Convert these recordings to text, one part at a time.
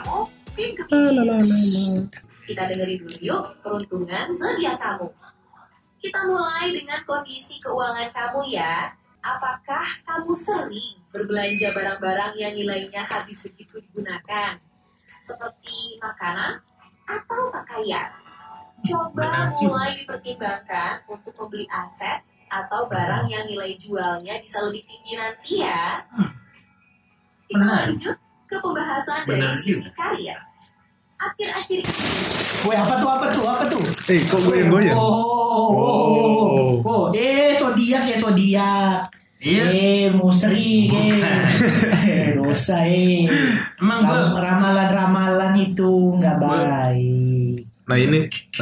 kamu, tim Gemini. Kita dengerin dulu yuk peruntungan zodiak kamu. Kita mulai dengan kondisi keuangan kamu ya. Apakah kamu sering berbelanja barang-barang yang nilainya habis begitu digunakan? Seperti makanan atau pakaian? Coba mulai dipertimbangkan untuk membeli aset atau barang yang nilai jualnya bisa lebih tinggi nanti ya. Kita lanjut ke pembahasan dari sisi karir. Akhir-akhir ini. Woi, apa tuh? Kok goyang-goyang? Zodiak ya, zodiak. Iya. Musri. Dosa Emang ramalan-ramalan itu nggak baik. Nah ini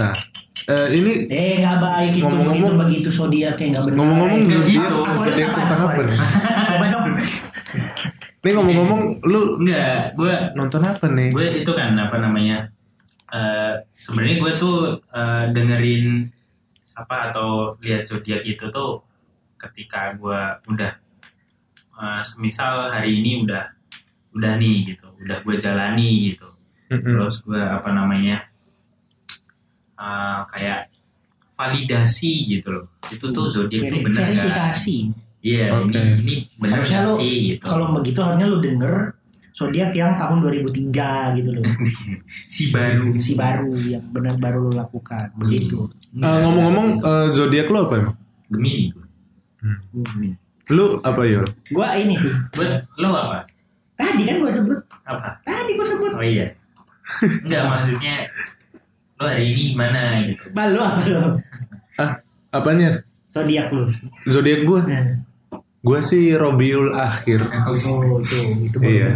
nggak baik itu begitu zodiak yang nggak benar. Ngomong-ngomong zodiak tentang apa nih? Nih ngomong-ngomong, lu enggak, gue nonton apa nih? Gue itu kan sebenarnya gue tuh dengerin atau lihat zodiak itu tuh ketika gue udah semisal hari ini udah nih gitu, udah gue jalani gitu. Terus gue kayak validasi gitu loh. Itu tuh zodiak tuh benar enggak? Verifikasi. Iya, okay. ini benar sih gitu. Kalau begitu harusnya lu denger zodiak yang tahun 2003 gitu loh. si baru yang benar baru lu lakukan. Begitu. Ngomong-ngomong zodiak lu apa emang? Gemini. Lu apa Yul? Gua ini sih. Lu apa? Tadi kan gua sebut. Apa? Tadi gua sebut. Oh iya. Enggak, maksudnya lu hari ini gimana gitu. Lu apa lu? Apanya? Zodiak lu. Zodiak gua. Gue sih Robiul Akhir. Oh itu iya.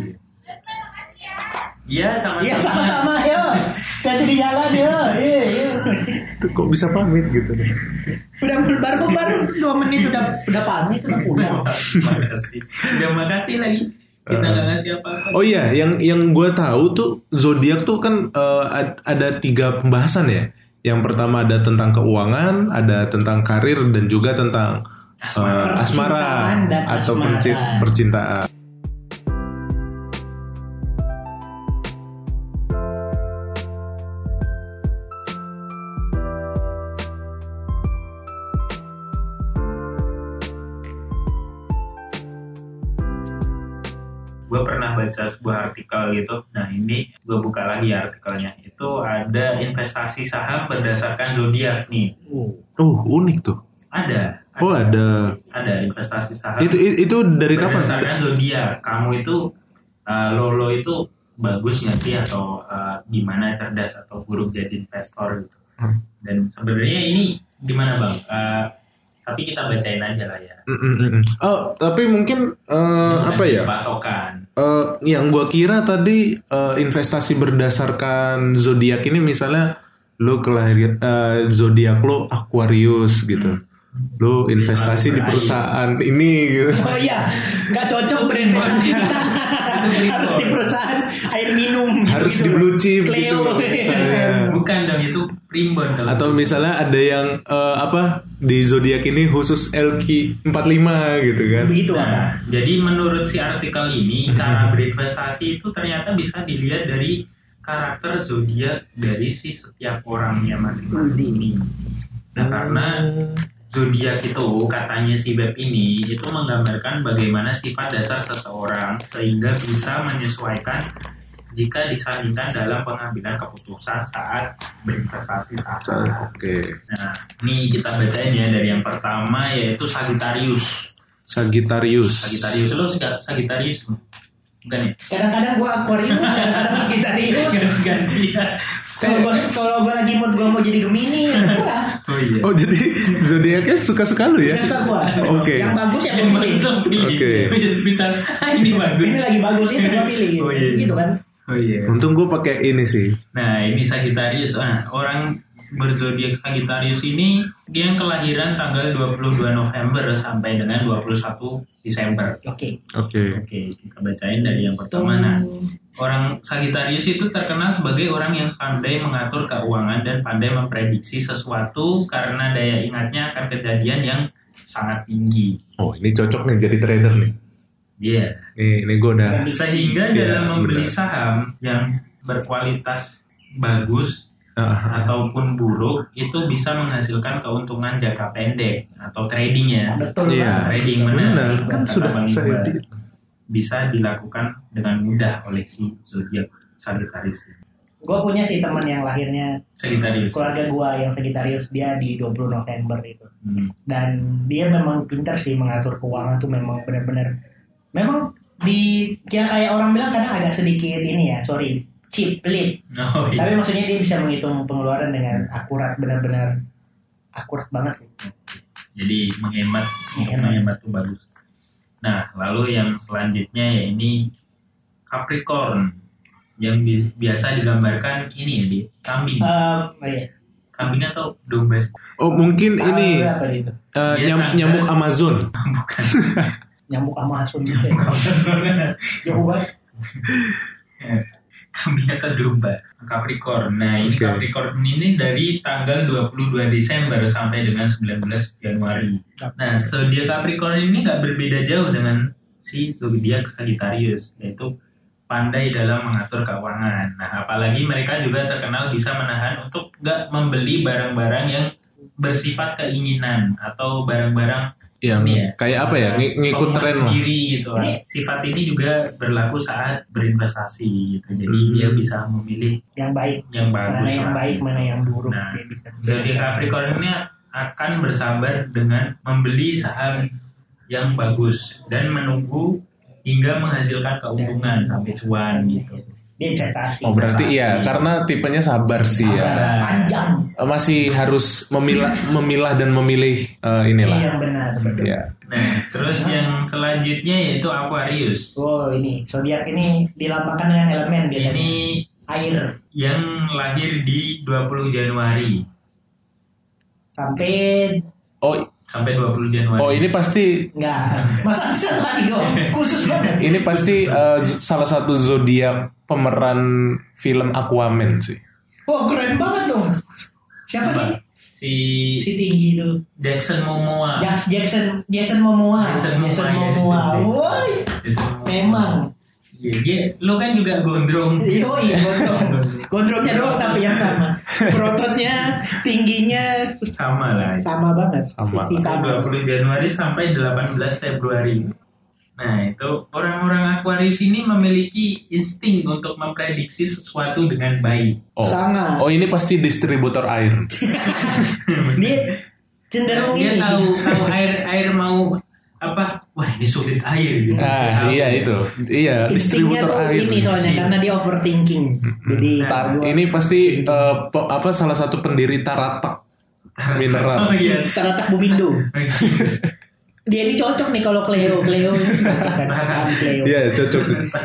Iya sama-sama ya. Jadi di jalan ya. Iya. Tuh kok bisa pamit gitu? Baru 2 menit udah pamit udah pulang. Makasih lagi. Kita nggak ngasih apa-apa. Oh iya, yang gue tahu tuh zodiak tuh kan ada 3 pembahasan ya. Yang pertama ada tentang keuangan, ada tentang karir dan juga tentang asmara atau percintaan. Gue pernah baca sebuah artikel gitu. Nah ini gue buka lagi artikelnya. Itu ada investasi saham berdasarkan zodiak nih. Unik tuh. Ada investasi saham. Itu dari kapan? Berdasarkan zodiak. Kamu itu lo itu bagus nggak sih atau gimana, cerdas atau buruk jadi investor gitu. Dan sebenarnya ini gimana bang? Tapi kita bacain aja lah ya. Tapi mungkin apa ya? Patokan. Yang gua kira tadi investasi berdasarkan zodiak ini misalnya lo kelahiran zodiak lo Aquarius gitu. Lo investasi di perusahaan ini gitu. Oh iya, nggak cocok berinvestasi di tanah. Harus di perusahaan air minum. Harus di blue chip gitu. Bukan dong, itu primbon. Atau misalnya ada yang di zodiak ini khusus LQ45 gitu kan. Begitu jadi menurut si artikel ini cara berinvestasi itu ternyata bisa dilihat dari karakter zodiak dari si setiap orangnya masing-masing ini. Nah karena zodiak itu katanya si web ini itu menggambarkan bagaimana sifat dasar seseorang sehingga bisa menyesuaikan jika disandingkan dalam pengambilan keputusan saat berinvestasi saham. Oke. Nah, ini kita bacain ya dari yang pertama yaitu Sagittarius. Lo Sagittarius bukan ya? Kadang-kadang gua Aquarius, kadang-kadang Sagittarius. Ganti ya. Kalau gue lagi mood gue mau jadi Gemini, terserah. Oh iya. Oh jadi zodiaknya suka-suka lu ya? Suka gue. Oke. Yang bagus ya yang gue pilih. Oke. Misal ini bagus. Ini lagi bagus itu gue pilih. Oh iya. Gitu kan? Oh iya. Untung gue pakai ini sih. Nah ini Sagittarius. Orang berzodiak Sagittarius ini dia yang kelahiran tanggal 22 November sampai dengan 21 Desember. Oke, kita bacain dari yang pertama. Nah, orang Sagittarius itu terkenal sebagai orang yang pandai mengatur keuangan dan pandai memprediksi sesuatu karena daya ingatnya akan kejadian yang sangat tinggi. Oh, ini cocok nih jadi trader nih. Iya. Ini gue udah. Sehingga Iya, dalam membeli udah. saham yang berkualitas bagus ataupun buruk itu bisa menghasilkan keuntungan jangka pendek atau trading ya. Betul Iya. banget. Trading Benar, kan Kata sudah Bang saya Iqbal. Bisa dilakukan dengan mudah oleh si zodiak Sagittarius. Gue punya sih teman yang lahirnya Sagittarius. keluarga gue yang Sagittarius, dia di 20 November itu. Hmm. Dan dia memang pintar sih mengatur keuangan tuh, memang benar-benar memang di ya kayak orang bilang kadang agak sedikit ini ya, cheap pelit. Oh, iya. Tapi maksudnya dia bisa menghitung pengeluaran dengan akurat, benar-benar akurat banget sih. Jadi menghemat, untuk Menghemat. menghemat itu bagus. Nah, lalu yang selanjutnya ya ini Capricorn yang biasa digambarkan ini ya di kambing. Iya. Kambing atau domba? Oh mungkin ini Apa gitu? Dia nyamuk tanggal. Amazon. Bukan. Nyamuk sama asun gitu. Jauh banget. Kambing atau domba? Capricorn. Nah, ini Oke. Capricorn ini dari tanggal 22 Desember sampai dengan 19 Januari. Nah, zodiak Capricorn ini nggak berbeda jauh dengan si zodiak Sagittarius, yaitu pandai dalam mengatur keuangan. Nah, apalagi mereka juga terkenal bisa menahan untuk nggak membeli barang-barang yang bersifat keinginan atau barang-barang Yang ini ya, kayak apa ya? Ngikut promo tren lah. sendiri gitu lah. Sifat ini juga berlaku saat berinvestasi gitu. Jadi dia bisa memilih Yang baik. yang Mana bagus yang lah. baik, mana yang buruk. Nah, Dia bisa. zodiak Capricorn ini akan bersabar dengan membeli saham yang bagus dan menunggu hingga menghasilkan keuntungan sampai cuan gitu. Dia investasi. Oh berarti iya, karena tipenya sabar sih ya. Panjang. Masih harus memilah dan memilih inilah. Yang benar, betul. Ya. Nah, terus yang selanjutnya yaitu Aquarius. Oh ini zodiak ini dilambangkan dengan elemen biasanya. Ini Air yang lahir di 20 Januari sampai sampai 20 Januari. Oh ini pasti enggak. Masa satu hari doang? Khusus banget. ini pasti salah satu zodiak pemeran film Aquaman sih. Wah keren banget dong. Siapa Apa? sih? Si Si tinggi itu. Jackson Momoa. Jason Momoa. Jason Momoa, yes. Woi, Jason Momoa. memang. Iya, lo kan juga gondrong. Iya, gondrong. Gondrongnya doang tapi yang sama. Berototnya, tingginya Sama lah. sama banget. Sama. Si sama. 20 Januari sampai 18 Februari. Nah, itu orang-orang Aquarius ini memiliki insting untuk memprediksi sesuatu dengan baik. Oh. Sangat. Oh ini pasti distributor air. Dia cenderung Dia ini. tahu air mau apa? Wah, ini sulit air gitu. Tahu. Iya itu. Iya Instingnya distributor tuh air. ini soalnya karena dia overthinking. Jadi Ini pasti apa salah satu pendiri Taratak mineral. Oh iya. Taratak Bumindo. Dia ini cocok nih kalau Cleo ini cocok kan Cleo. Iya cocok.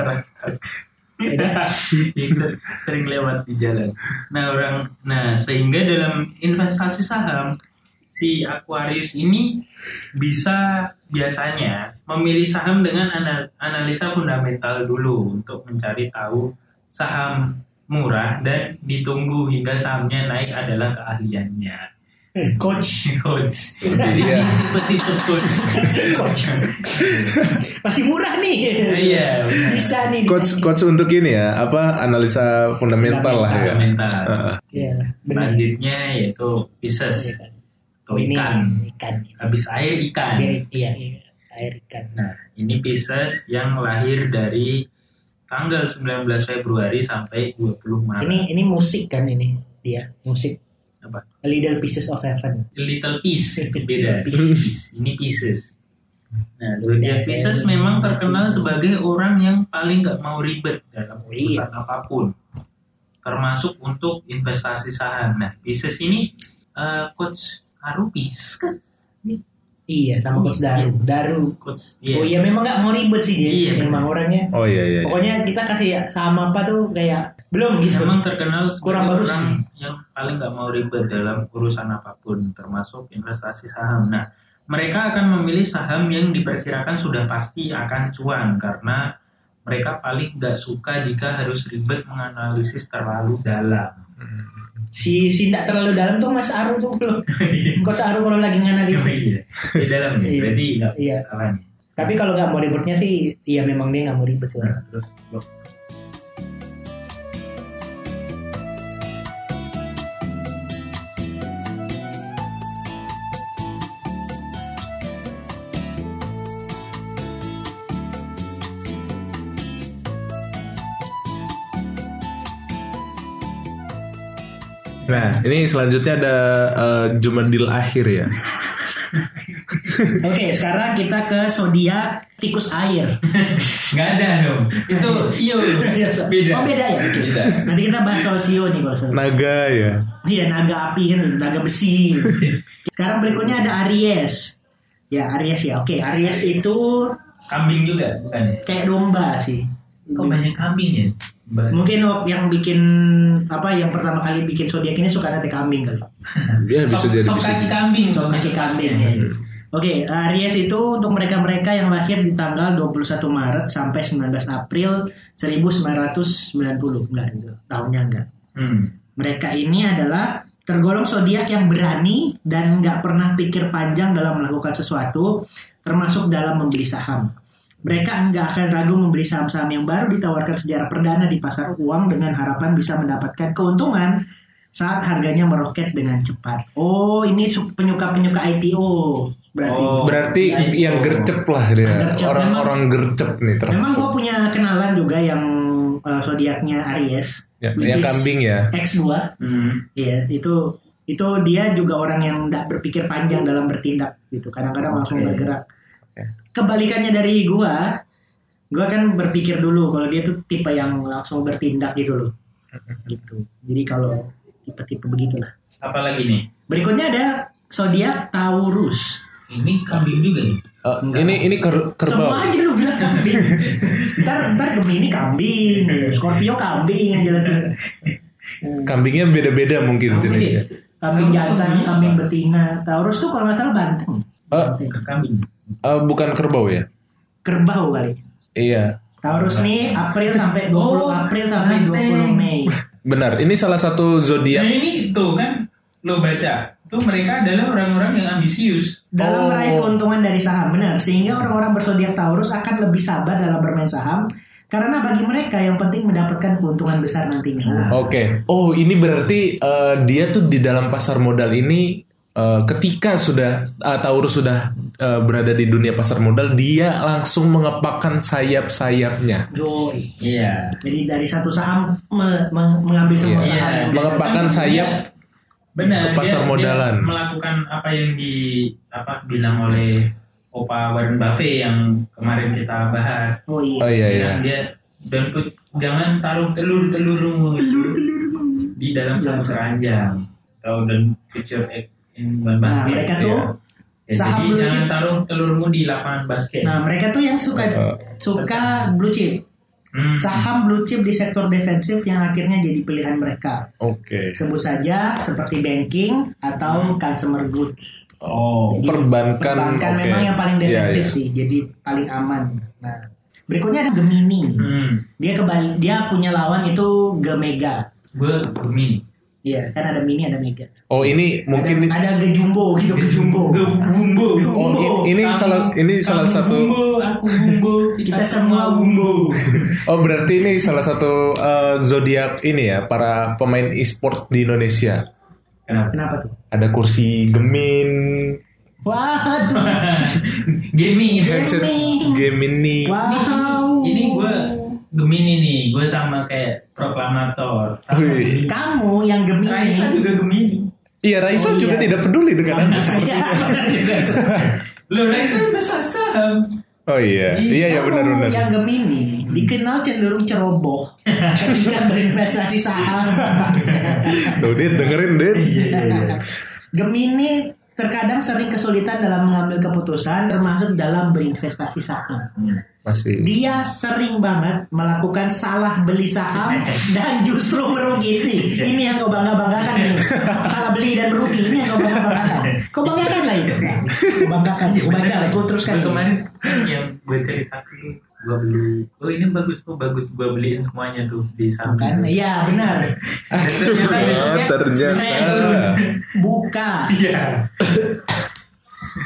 Sering lewat di jalan. Nah sehingga dalam investasi saham si Aquarius ini bisa biasanya memilih saham dengan analisa fundamental dulu untuk mencari tahu saham murah dan ditunggu hingga sahamnya naik adalah keahliannya. Coach. Jadi Iya. tipe-tipe coach. Masih murah nih. Iya, benar. Bisa nih. Coach untuk ini ya apa analisa fundamental lah ya. Fundamental. Iya, benar. Selanjutnya yaitu Pisces atau Ini ikan. Ikan. Habis air ikan. Iya, air ikan. Nah, ini Pisces yang lahir dari tanggal 19 Februari sampai 20 Maret. Ini musik kan ini dia, musik. Apa? A Little Pieces of Heaven. Little Piece, beda. Piece. Ini Pisces. Nah, zodiak Pisces memang terkenal sebagai orang yang paling nggak mau ribet dalam urusan apapun, termasuk untuk investasi saham. Nah, Pisces ini coach Haru Pisces kan? Iya, sama Coach Daru. Coach. Oh iya, memang nggak mau ribet sih dia. Iya, memang orangnya. Oh iya. Pokoknya kita kasih saham apa tuh kayak belum gitu. Memang terkenal Kurang sebagai bagus orang yang paling nggak mau ribet dalam urusan apapun, termasuk investasi saham. Nah, mereka akan memilih saham yang diperkirakan sudah pasti akan cuan karena mereka paling nggak suka jika harus ribet menganalisis terlalu dalam. Si nggak terlalu dalam tuh Mas Aru tuh belum. Coach Aru kalau lagi nganalisis. Iya, di dalam ya, Iya. berarti nggak Iya. salah nih. Tapi kalau nggak mau ribetnya sih, iya memang dia nggak mau ribet sih. Terus Nah, ini selanjutnya ada Jumadil akhir ya. Oke, sekarang kita ke zodiak tikus air. Nggak ada dong. Itu Sio. Beda. Oh beda ya. Oke. Beda. Nanti kita bahas soal Sio nih kalau soal. Naga ya. Iya, naga api kan, naga besi. Sekarang berikutnya ada Aries. Ya Aries ya. Oke, Aries itu Kambing juga bukan ya? kayak domba sih. Kok banyak kambing ya? Mungkin yang bikin yang pertama kali bikin zodiak ini suka nate kambing kali. Ya bisa jadi. Sok kaki kambing. Sok kaki kambing. Oke, Aries itu untuk mereka-mereka yang lahir di tanggal 21 Maret sampai 19 April 1990. Enggak gitu. Tahunnya enggak. Mereka ini adalah tergolong zodiak yang berani dan enggak pernah pikir panjang dalam melakukan sesuatu, termasuk dalam membeli saham. Mereka enggak akan ragu membeli saham-saham yang baru ditawarkan secara perdana di pasar uang dengan harapan bisa mendapatkan keuntungan saat harganya meroket dengan cepat. Oh, ini penyuka-penyuka IPO berarti. Berarti yang gercep lah dia. Gercep. Orang gercep nih termasuk. Memang gue punya kenalan juga yang zodiaknya Aries. Ya, yang kambing ya. X2. Iya, itu dia juga orang yang enggak berpikir panjang dalam bertindak gitu. Kadang-kadang langsung bergerak. Kebalikannya dari gua kan berpikir dulu kalau dia tuh tipe yang langsung bertindak gitu loh. Gitu. Jadi kalau tipe-tipe begitulah. Apalagi nih? Berikutnya ada zodiak Taurus. Ini kambing juga nih. Ini kerbau. Semua aja lu bilang kambing. ntar Gemini kambing, Scorpio kambing yang jelasin. Kambingnya beda-beda mungkin jenisnya. Kambing jantan, kambing betina. Taurus tuh kalau nggak salah banteng. Kambing. Bukan kerbau ya? Kerbau kali. Iya. Taurus nih April sampai 20 April sampai 20 Mei. Benar. Ini salah satu zodiak. Nah ini tuh kan lo baca. Tuh mereka adalah orang-orang yang ambisius dalam meraih keuntungan dari saham. Benar. Sehingga orang-orang berzodiak Taurus akan lebih sabar dalam bermain saham. Karena bagi mereka yang penting mendapatkan keuntungan besar nantinya. Oke. Oh, ini berarti dia tuh di dalam pasar modal ini ketika Taurus sudah berada di dunia pasar modal, dia langsung mengepakkan sayap-sayapnya. Iya. Jadi dari satu saham mengambil semua saham. Mengepakkan sayap. Benar. Ke pasar modalan. Dia melakukan apa yang bilang oleh Opa Warren Buffett yang kemarin kita bahas. Oh iya. Oh iya. Dia jangan taruh telur-telurmu di dalam satu keranjang. Atau dan future in one basket. Nah, mereka tuh jadi jangan taruh telurmu di lapangan basket. Nah, mereka tuh yang suka blue chip. Saham blue chip di sektor defensif yang akhirnya jadi pilihan mereka. Oke. Sebut saja seperti banking atau consumer goods. Jadi, perbankan memang yang paling defensif sih, jadi paling aman. Nah, berikutnya ada Gemini. Dia punya lawan itu Gemega. Gemini. Iya, kan ada mini, ada mega. Oh, ini mungkin ada Gejumbo gitu, Gejumbo. Oh, ini salah satu. Aku bumbo, kita semua bumbo. Oh, berarti ini salah satu zodiak ini ya, para pemain e-sport di Indonesia. Kenapa tuh? Ada kursi Gemin. Waduh. Gaming. Gemini. Wow. Ini gue Gemini nih, gue sama kayak proklamator. Kamu yang Gemini. Raisa juga Gemini. Iya, Raisa juga tidak peduli dengan Anda seperti itu. Lo Raisa besar saham. Oh iya, iya benar. Yang Gemini dikenal cenderung ceroboh ketika berinvestasi saham. Tuh, Dit, dengerin, Dit. Gemini terkadang sering kesulitan dalam mengambil keputusan, termasuk dalam berinvestasi saham. Dia sering banget melakukan salah beli saham dan justru merugi. Ini yang kau bangga-banggakan. Salah beli dan merugi, ini yang kau bangga-banggakan. Kau banggakan lah itu. Kau banggakan. Kau baca, kau teruskan. Kemarin yang gue ceritakan, gue beli. Oh ini bagus, gue beliin semuanya tuh di saham. Kan? Iya benar. Ternyata buka. Iya.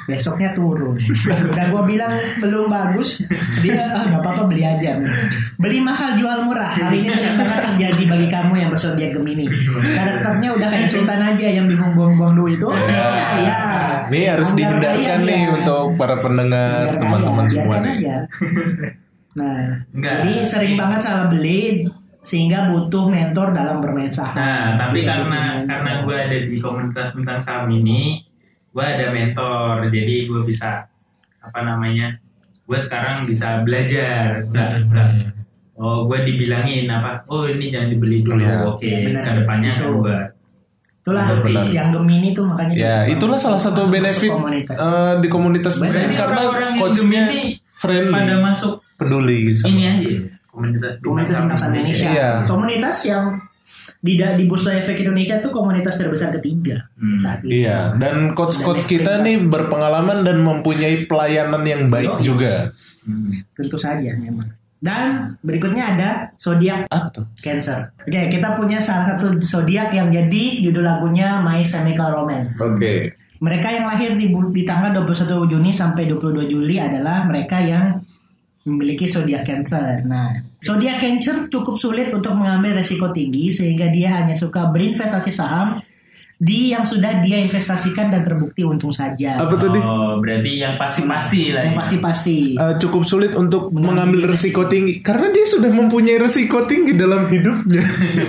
Besoknya turun. Udah gue bilang belum bagus, dia nggak apa-apa beli aja. Beli mahal jual murah. Hal ini sering banget terjadi bagi kamu yang berzodiak Gemini. Karakternya udah kayak Sultan aja yang bingung buang-buang duit itu. Ya. Ini harus dihindarkan nih untuk para pendengar, teman-teman semua nih. Nah, jadi sering banget salah beli sehingga butuh mentor dalam bermain saham. Nah, tapi karena gue ada di komunitas bintang saham ini, gue ada mentor, jadi gue bisa gue sekarang bisa belajar. Gue dibilangin ini jangan dibeli dulu. Oke, kedepannya gue. Itulah yang Gemini tuh makanya. Ya, itulah salah satu benefit di komunitas ini karena coachnya friendly. Pada masuk peduli gitu. Ini aja komunitas bintang Indonesia. Iya. Komunitas yang di Bursa Efek Indonesia tuh komunitas terbesar ketiga. Iya, dan coach kita nih berpengalaman dan mempunyai pelayanan yang baik juga. Tentu saja memang. Dan berikutnya ada zodiak Cancer. Oke, kita punya salah satu zodiak yang jadi judul lagunya My Chemical Romance. Oke. Mereka yang lahir di tanggal 21 Juni sampai 22 Juli adalah mereka yang memiliki zodiak Cancer. Nah, zodiak Cancer cukup sulit untuk mengambil resiko tinggi sehingga dia hanya suka berinvestasi saham di yang sudah dia investasikan dan terbukti untung saja. Apa tadi? Oh, berarti yang pasti-pasti lah. Yang pasti-pasti. Cukup sulit untuk mengambil resiko tinggi karena dia sudah mempunyai resiko tinggi dalam hidupnya.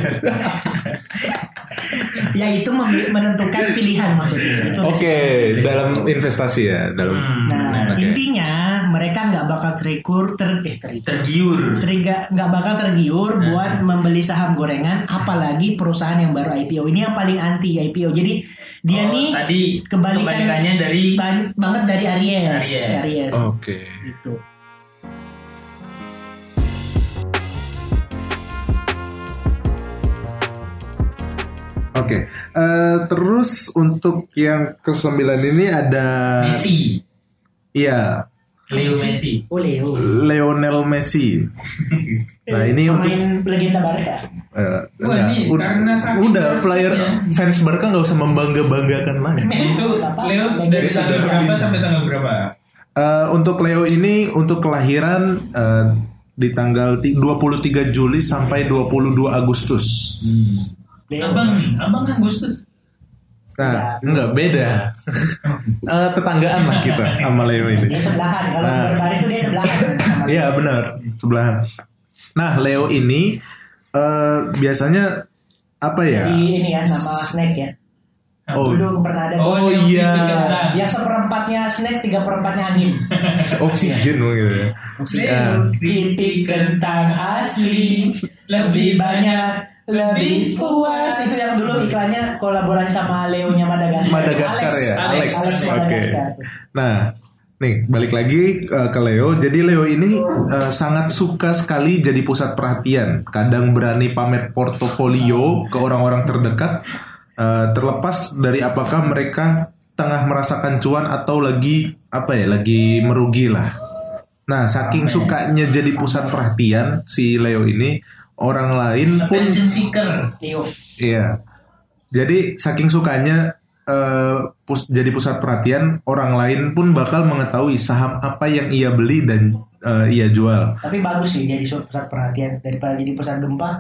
Ya itu menentukan pilihan maksudnya. Oke, dalam investasi ya, dalam. Intinya mereka nggak bakal tergiur buat membeli saham gorengan, apalagi perusahaan yang baru IPO. Ini yang paling anti IPO. Jadi dia nih kebalikannya banget dari Aries. Oke. Gitu. Oke, terus untuk yang ke-9 ini ada Messi. Iya. Leo Messi. Lionel Messi. Nah ini pemain legenda Barca. Udah player fans Barca nggak usah membanggakan lagi. Itu Leo dari tanggal berapa sampai tanggal berapa? Untuk Leo ini untuk kelahiran di tanggal 23 Juli sampai 22 Agustus. Abang Agustus. Nah, enggak beda. Tetanggaan lah kita sama Leo ini. Dia sebelahan. Kalau berbaris itu dia sebelahan. Iya benar, sebelahan. Nah, Leo ini biasanya apa ya? Ini ya nama snack ya. Dulu pernah ada. Oh iya. Yang seperempatnya snack, 3/4-nya angin. Oksigen gitu ya. Oksigen. Pipi kentang asli lebih banyak. Lebih puas. Itu yang dulu iklannya kolaborasi sama Leonya Madagaskar ya. Alex. Oke. Nah, nih balik lagi ke Leo. Jadi Leo ini sangat suka sekali jadi pusat perhatian. Kadang berani pamer portofolio ke orang-orang terdekat, terlepas dari apakah mereka tengah merasakan cuan atau lagi merugi lah. Nah, saking sukanya jadi pusat perhatian si Leo ini, orang lain pun attention seeker. Iya. Jadi saking sukanya jadi pusat perhatian, orang lain pun bakal mengetahui saham apa yang ia beli dan ia jual. Tapi bagus sih jadi pusat perhatian daripada jadi pusat gempa.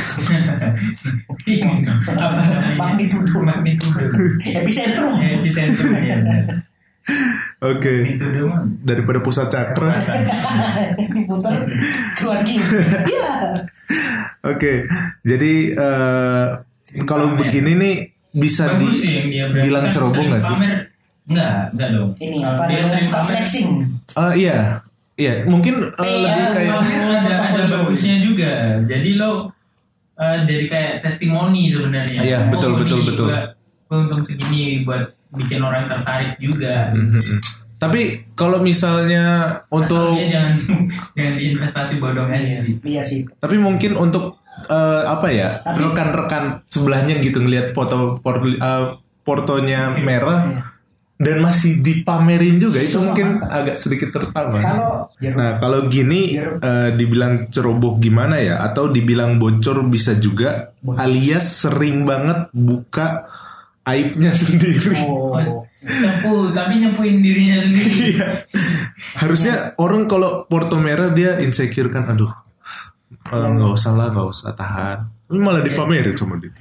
Magnitudo. Epicentrum ya. Oke. Daripada pusat cakra. Diputar keluar gini. Iya. Oke. Jadi kalau begini nih bisa dibilang ceroboh nggak sih? Enggak dong. Ini apa? Dia sering flexing. Iya. Mungkin lebih kayak ada bagusnya juga. Jadi lo dari kayak testimoni sebenarnya. Iya, betul. Untung segini buat bikin orang tertarik juga. Tapi kalau misalnya untuk jangan diinvestasi bodong aja sih. Iya sih. Tapi mungkin untuk rekan-rekan sebelahnya gitu ngelihat portonya merah dan masih dipamerin juga itu mungkin agak sedikit tertawa. Kalau gini dibilang ceroboh gimana ya, atau dibilang bocor bisa juga, alias sering banget buka aibnya sendiri. Tapi nyempuin dirinya sendiri. Iya. Harusnya orang kalau Porto merah dia insecure kan, aduh, nggak usah tahan. Ini malah dipamerin sama dia.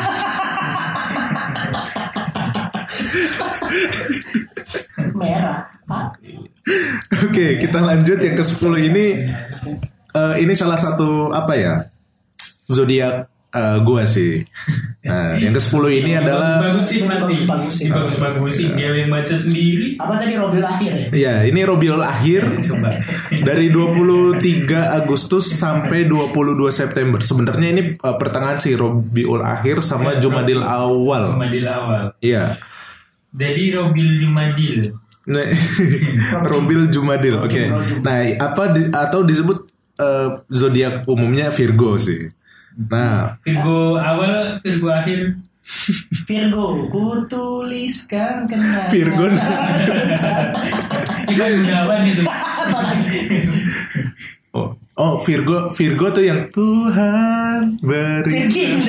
Merah. Oke, kita lanjut yang ke-10 ini. Ini salah satu apa ya? Zodiak gua sih. Nah, yang ke-10 ini adalah bagus-bagusin dia yang baca sendiri. Apa tadi Robiul Akhir ya? Iya, ini Robiul Akhir dari 23 Agustus sampai 22 September. Sebenarnya ini pertengahan sih Robiul Akhir sama Jumadil Awal. Iya. Jadi Robiul Jumadil. Robiul Jumadil. Oke. Nah, atau disebut zodiak umumnya Virgo sih. Nah, Virgo awal, Virgo akhir. Virgo, kutuliskan kenangan. Virgo. Itu gunawan itu. Oh, Virgo tuh yang Tuhan beri.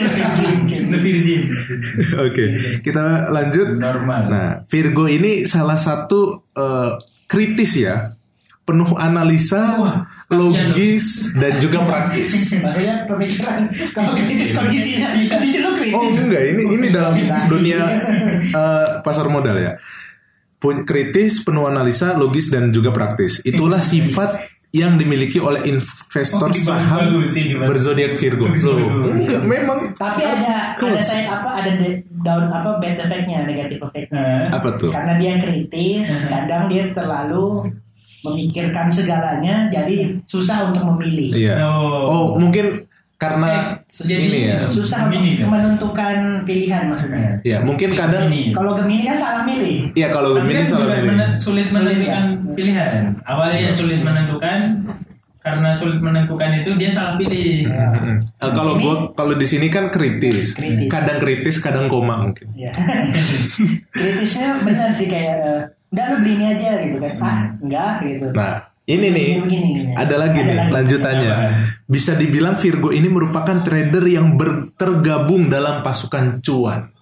Virgin. Oke, kita lanjut. Normal. Nah, Virgo ini salah satu kritis ya, penuh analisa, logis dan juga praktis. Maksudnya pemikiran kalau kritis kondisinya di situ kritis. Oh enggak, ini dalam dunia pasar modal ya. Kritis, penuh analisa, logis dan juga praktis. Itulah sifat yang dimiliki oleh investor saham berzodiak Virgo. Enggak, memang. Tapi ada side ada down bad effect-nya, negatif effect-nya. Apa tuh? Karena dia kritis, kadang dia terlalu memikirkan segalanya, jadi susah untuk memilih. Iya. Oh, mungkin karena ini ya. Susah untuk menentukan pilihan maksudnya. Iya, mungkin kadang kalau Gemini kan salah milih. Iya, kalau Gemini salah milih. Sulit menentukan pilihan. Awalnya sulit menentukan, karena sulit menentukan itu dia salah pilih. Kalau di sini kan kritis. Kadang kritis, kadang koma mungkin. Iya. Kritisnya benar sih kayak udah lu beli ini aja gitu kan. Enggak gitu. Nah, ini nih. Ada lagi lanjutannya. Bisa dibilang Virgo ini merupakan trader yang tergabung dalam pasukan cuan.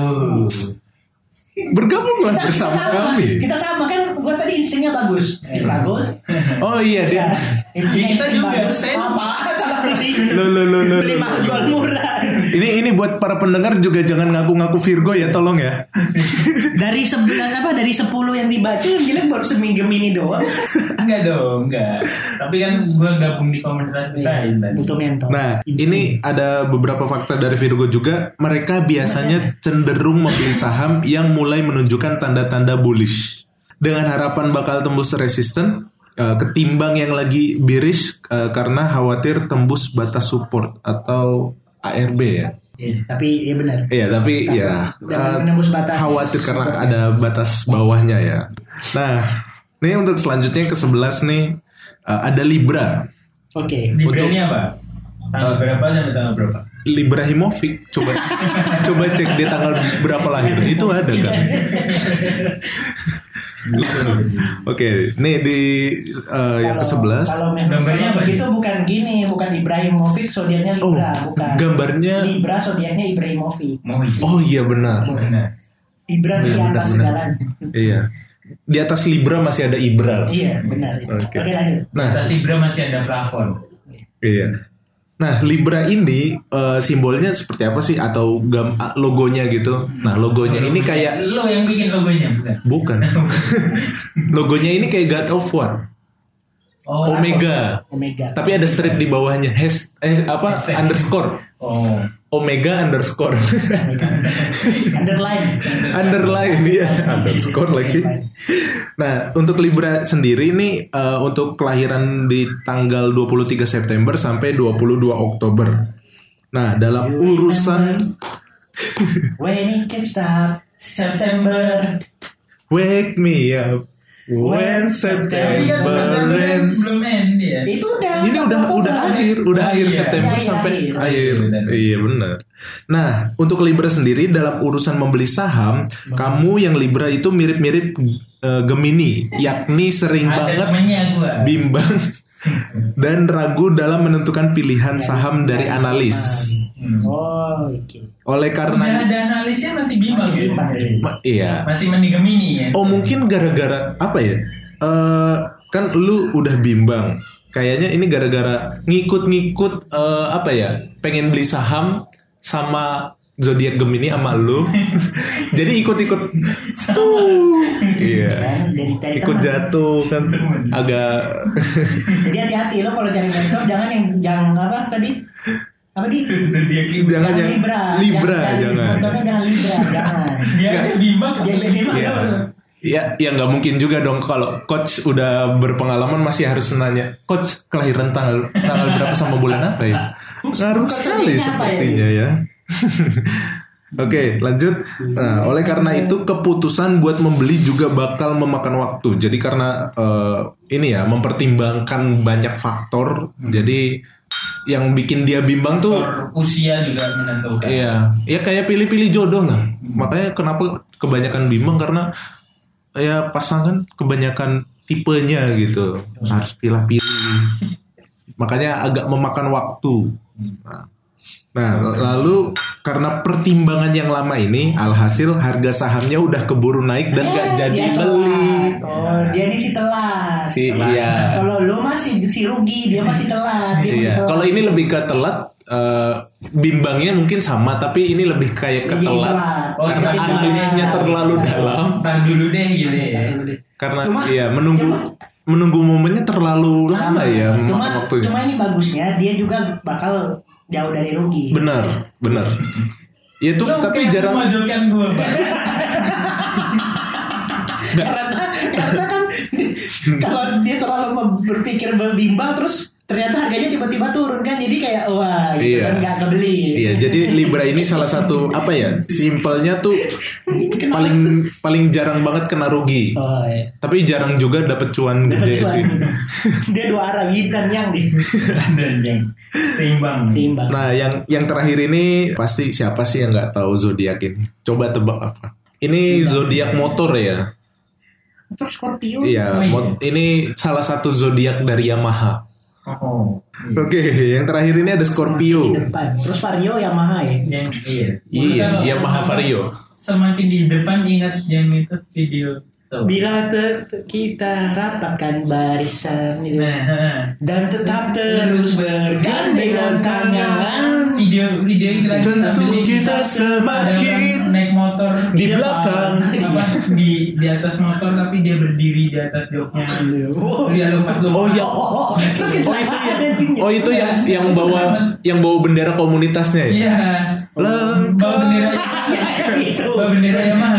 Bergabunglah bersama kami. Kita sama kan, gua tadi instingnya bagus. Kita gol. Oh iya dia. Kita juga apa cara beli. Lo. Beli gol murah. Ini buat para pendengar juga jangan ngaku-ngaku Virgo ya, tolong ya. Dari 10 yang dibaca yang bilang baru Gemini doang. Enggak. Tapi kan gue gabung di komunitas desain tadi. Butuh mentor. Nah, ini ada beberapa fakta dari Virgo juga. Mereka biasanya cenderung membeli saham yang mulai menunjukkan tanda-tanda bullish dengan harapan bakal tembus resisten ketimbang yang lagi bearish karena khawatir tembus batas support atau ARB ya. Tapi ya benar. Iya, tapi ya menembus batas khawatir karena ada batas bawahnya ya. Nah, ini untuk selanjutnya ke-11 nih ada Libra. Oke. Libra ini apa? Tanggal berapa sampai tanggal berapa? Librahimovic, coba cek dia tanggal berapa lahir. Itu ada kan? Oke, nih di yang ke-11. Kalau gambarnya begitu bukan gini, bukan Ibrahimovic zodiaknya Libra, bukan. Gambarnya Libra zodiaknya Ibrahimovic. Oh iya benar. Ibra di atas segalanya. Iya. Di atas Libra masih ada Ibra. Iya, benar. Oke, lanjut. Nah, di atas Libra masih ada plafon. Iya. Nah, Libra ini simbolnya seperti apa sih atau logonya gitu? Nah, logonya ini kayak lo yang bikin logonya, bukan? Logonya ini kayak God of War. Omega. Tapi ada strip di bawahnya. Underscore. Omega underscore. Underline dia. Underscore lagi. Nah, untuk Libra sendiri nih untuk kelahiran di tanggal 23 September sampai 22 Oktober. Nah, dalam urusan When it can stop September, wake me up when September ends. Belum end ya. Itu Ini udah akhir September sampai akhir. Iya benar. Nah, untuk Libra sendiri dalam urusan membeli saham, kamu yang Libra itu mirip-mirip Gemini, yakni sering banget bimbang dan ragu dalam menentukan pilihan saham dari analis. Oh, oke. Oleh karena ada analisnya masih bimbang. Iya. Masih mendigemini ya. Oh, mungkin gara-gara apa ya? Kan lu udah bimbang. Kayaknya ini gara-gara ngikut-ngikut apa ya? Pengen beli saham sama zodiak Gemini sama lu. Jadi ikut-ikut iya. Ikut jatuh kan agak. Jadi hati-hati lo kalau cari mentor jangan apa tadi? Apa di? Jangan yang Libra jangan. Mentornya jangan Libra, jangan. Dia bimbang. Ya nggak mungkin juga dong kalau coach udah berpengalaman masih harus nanya, coach kelahiran tanggal berapa sama bulan apa ya? Ngaruh sekali sepertinya ya. Oke, lanjut. Nah, oleh karena itu keputusan buat membeli juga bakal memakan waktu. Jadi karena ini ya mempertimbangkan banyak faktor. Jadi yang bikin dia bimbang tuh usia juga menentukan. Iya, kayak pilih-pilih jodoh lah. Makanya kenapa kebanyakan bimbang karena ya pasangan kebanyakan tipenya gitu. Harus pilih-pilih. Makanya agak memakan waktu. Nah, lalu karena pertimbangan yang lama ini, alhasil harga sahamnya udah keburu naik dan gak jadi beli. Oh, dia ini si telat. Iya. Kalau lu masih si rugi, dia masih telat. Iya. Kalau ini lebih ke telat, bimbangnya mungkin sama, tapi ini lebih kayak ke telat. Karena analisnya terlalu dalam. Tahan dulu deh gitu ya. Karena menunggu momennya terlalu lama ya. Cuma ini bagusnya dia juga bakal jauh dari rugi. Benar. Ya itu tapi jarang memojokkan gue. Karena kan kalau dia terlalu berpikir bimbang terus ternyata harganya tiba-tiba turun kan, jadi kayak wah gitu kan nggak kebeli. Iya, jadi Libra ini salah satu apa ya? Simpelnya tuh paling jarang banget kena rugi. Oh, iya. Tapi jarang juga dapet cuan gede sih. Dia dua arah yin dan yang deh. Seimbang. Nah, yang terakhir ini pasti siapa sih yang nggak tahu zodiak ini? Coba tebak apa? Ini zodiak motor ya. Motor Scorpio. Iya, ini salah satu zodiak dari Yamaha. Oke, yang terakhir ini ada Scorpio. Terus Vario Yamaha ya. Iya, Yamaha Vario. Semakin di depan ingat yang itu video. Bila kita rapatkan barisan itu dan tetap terus bergandengan tangan, video tentu kita semakin naik motor di belakang di atas motor tapi dia berdiri di atas joknya. Dia lompat. Oh ya. Oh itu yang bawa bendera komunitasnya ya. Iya. Bawa bendera itu. Bawa bendera Yamaha.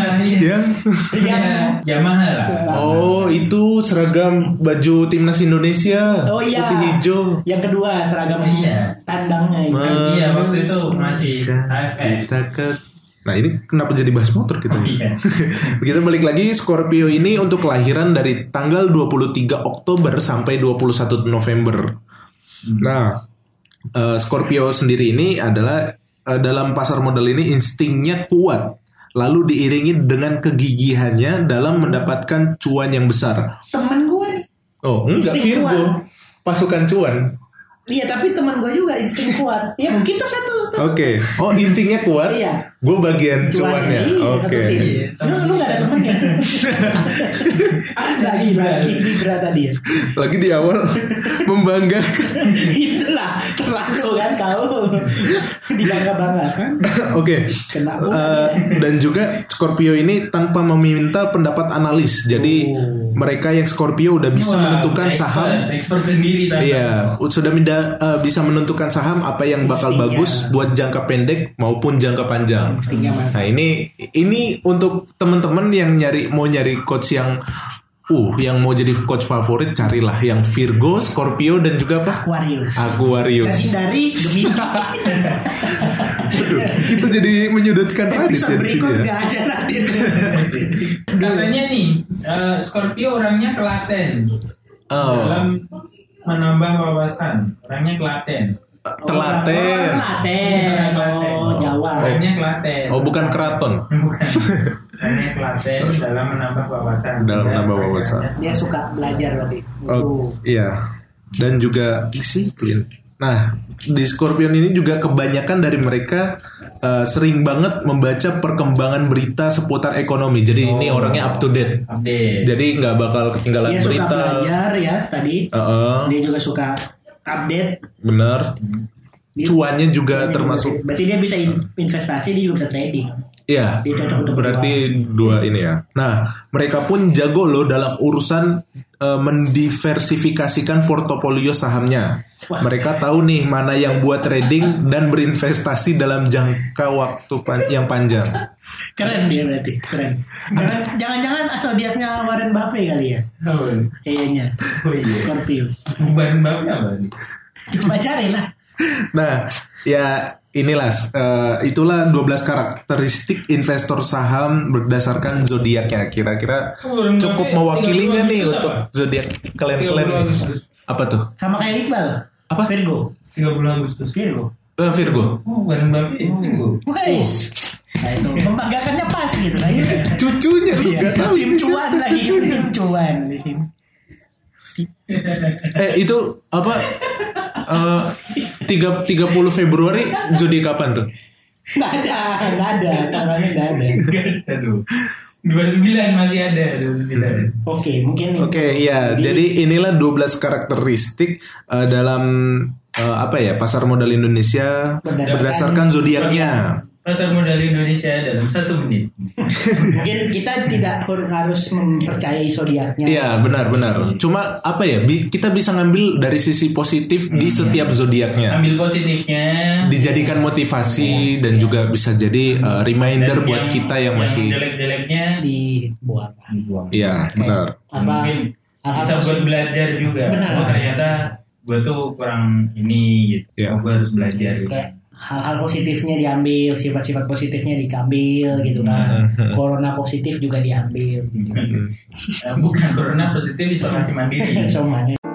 Yamaha lah. Oh, itu seragam baju timnas Indonesia. Oh iya. Putih hijau. Yang kedua seragam tandangnya itu. Iya, waktu itu masih AFF. Nah, ini kenapa jadi bahas motor kita? Iya. Kita balik lagi, Scorpio ini untuk kelahiran dari tanggal 23 Oktober sampai 21 November. Nah, Scorpio sendiri ini adalah dalam pasar modal ini instingnya kuat. Lalu diiringi dengan kegigihannya dalam mendapatkan cuan yang besar. Temen gue nih. Oh, enggak, Virgo. Pasukan cuan. Iya, tapi teman gue juga insting kuat. Ya mungkin tuh satu. Oke. Oh, instingnya kuat. Iya. Gue bagian cuannya. Oke. Lu gak ada temennya. Lagi Libra tadi ya. Lagi di awal membanggakan. Itulah terlalu kan kau dibangga-banggakan. Oke. Dan juga Scorpio ini tanpa meminta pendapat analis. Jadi mereka yang Scorpio udah bisa menentukan saham. Expert sendiri. Iya, sudah bisa menentukan saham apa yang bakal bagus buat jangka pendek maupun jangka panjang. Nah, ini untuk teman-teman yang mau nyari coach yang mau jadi coach favorit, carilah yang Virgo, Scorpio dan juga apa? Aquarius. Dari Gemini. Kita jadi menyudutkan Radit ya di sini ya. Katanya nih, Scorpio orangnya telaten. Dalam menambah wawasan, orangnya telaten. Telaten. Jawa. Orangnya telaten. Oh, bukan keraton. Bukan. Orangnya telaten dalam menambah wawasan. Dia suka belajar lebih. Oh, iya. Dan juga disiplin. Nah, di Scorpion ini juga kebanyakan dari mereka sering banget membaca perkembangan berita seputar ekonomi. Jadi ini orangnya up to date. Jadi nggak bakal ketinggalan dia berita. Dia suka belajar ya tadi. Dia juga suka update. Bener. Cuannya juga termasuk. Berarti dia bisa investasi, dia juga bisa trading. Iya, berarti dua ini ya. Nah, mereka pun jago loh dalam urusan mendiversifikasikan portofolio sahamnya. Wah. Mereka tahu nih mana yang buat trading dan berinvestasi dalam jangka waktu yang panjang. Keren dia berarti, keren. Jangan-jangan asal dia punya Warren Buffett kali ya? Kayaknya. Scorpio. Warren Buffett apa nih? Coba cari lah. Nah, ya inilah itulah 12 karakteristik investor saham berdasarkan zodiaknya. Kira-kira cukup mewakilinya nih untuk zodiak kalian. Apa tuh? Sama kayak Iqbal. Apa? Virgo. 30 Agustus. Virgo. Virgo. Oh, Warren Buffett Virgo. Wais. Nah itu membanggakannya pas gitu lah. Cucunya juga tahu. Tim cuan lagi, tim cuan di sini. Itu apa? 30 Februari zodiak kapan tuh? Nggak ada, tanggalnya nggak ada. Aduh. 29 masih ada 29. Oke, mungkin. Oke, ya. Jadi inilah 12 karakteristik dalam pasar modal Indonesia berdasarkan zodiaknya. Pasar modal Indonesia dalam 1 menit. Mungkin kita tidak harus mempercayai zodiaknya. Iya, benar. Cuma kita bisa ngambil dari sisi positif di setiap zodiaknya. Ambil positifnya, dijadikan motivasi dan juga bisa jadi reminder buat kita yang masih jelek-jeleknya dibuang. Iya, benar. Mungkin bisa buat belajar juga. Benar. Oh, ternyata gue tuh kurang ini gitu. Ya. Gue harus belajar gitu. Hal-hal positifnya diambil, sifat-sifat positifnya diambil gitu kan. Corona positif juga diambil. Bukan corona positif, isolasi mandiri.